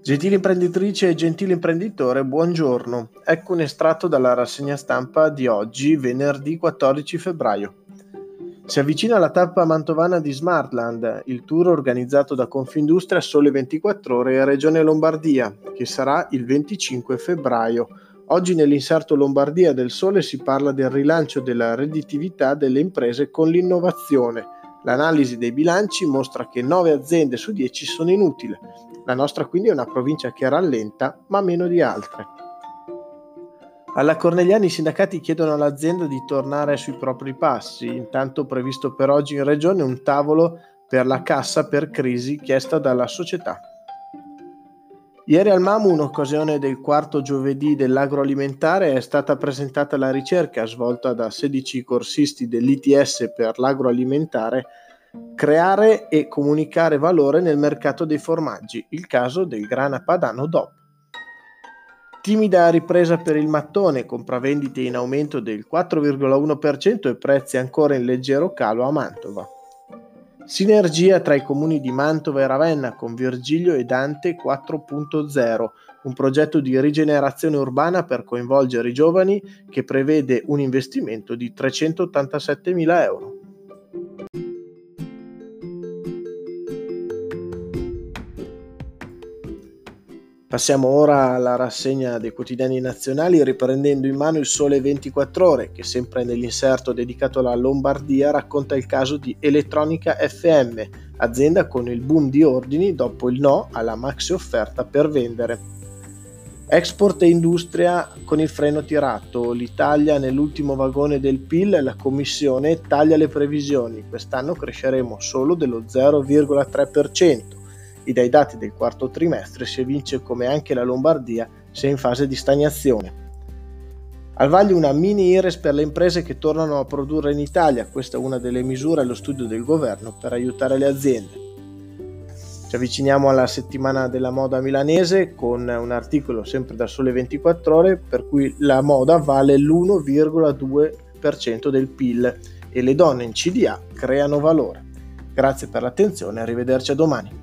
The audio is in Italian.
Gentili imprenditrici e gentile imprenditore, buongiorno. Ecco un estratto dalla rassegna stampa di oggi, venerdì 14 febbraio. Si avvicina la tappa mantovana di Smartland, il tour organizzato da Confindustria Sole 24 Ore e Regione Lombardia, che sarà il 25 febbraio. Oggi nell'inserto Lombardia del Sole si parla del rilancio della redditività delle imprese con l'innovazione. L'analisi dei bilanci mostra che 9 aziende su 10 sono inutili. La nostra quindi è una provincia che rallenta, ma meno di altre. Alla Corneliani i sindacati chiedono all'azienda di tornare sui propri passi, intanto previsto per oggi in regione un tavolo per la cassa per crisi chiesta dalla società. Ieri al MAMU, in occasione del quarto giovedì dell'agroalimentare, è stata presentata la ricerca svolta da 16 corsisti dell'ITS per l'agroalimentare, creare e comunicare valore nel mercato dei formaggi, il caso del Grana Padano DOP. Timida ripresa per il mattone, compravendite in aumento del 4,1% e prezzi ancora in leggero calo a Mantova. Sinergia tra i comuni di Mantova e Ravenna con Virgilio e Dante 4.0, un progetto di rigenerazione urbana per coinvolgere i giovani che prevede un investimento di 387.000 euro. Passiamo ora alla rassegna dei quotidiani nazionali, riprendendo in mano il Sole 24 Ore, che sempre nell'inserto dedicato alla Lombardia racconta il caso di Elettronica FM, azienda con il boom di ordini dopo il no alla maxi offerta per vendere. Export e industria con il freno tirato, l'Italia nell'ultimo vagone del PIL, la Commissione taglia le previsioni, quest'anno cresceremo solo dello 0,3%. E dai dati del quarto trimestre si evince come anche la Lombardia sia in fase di stagnazione. Al vaglio una mini IRES per le imprese che tornano a produrre in Italia, questa è una delle misure allo studio del governo per aiutare le aziende. Ci avviciniamo alla settimana della moda milanese con un articolo sempre da Sole 24 Ore per cui la moda vale l'1,2% del PIL e le donne in CDA creano valore. Grazie per l'attenzione, arrivederci a domani.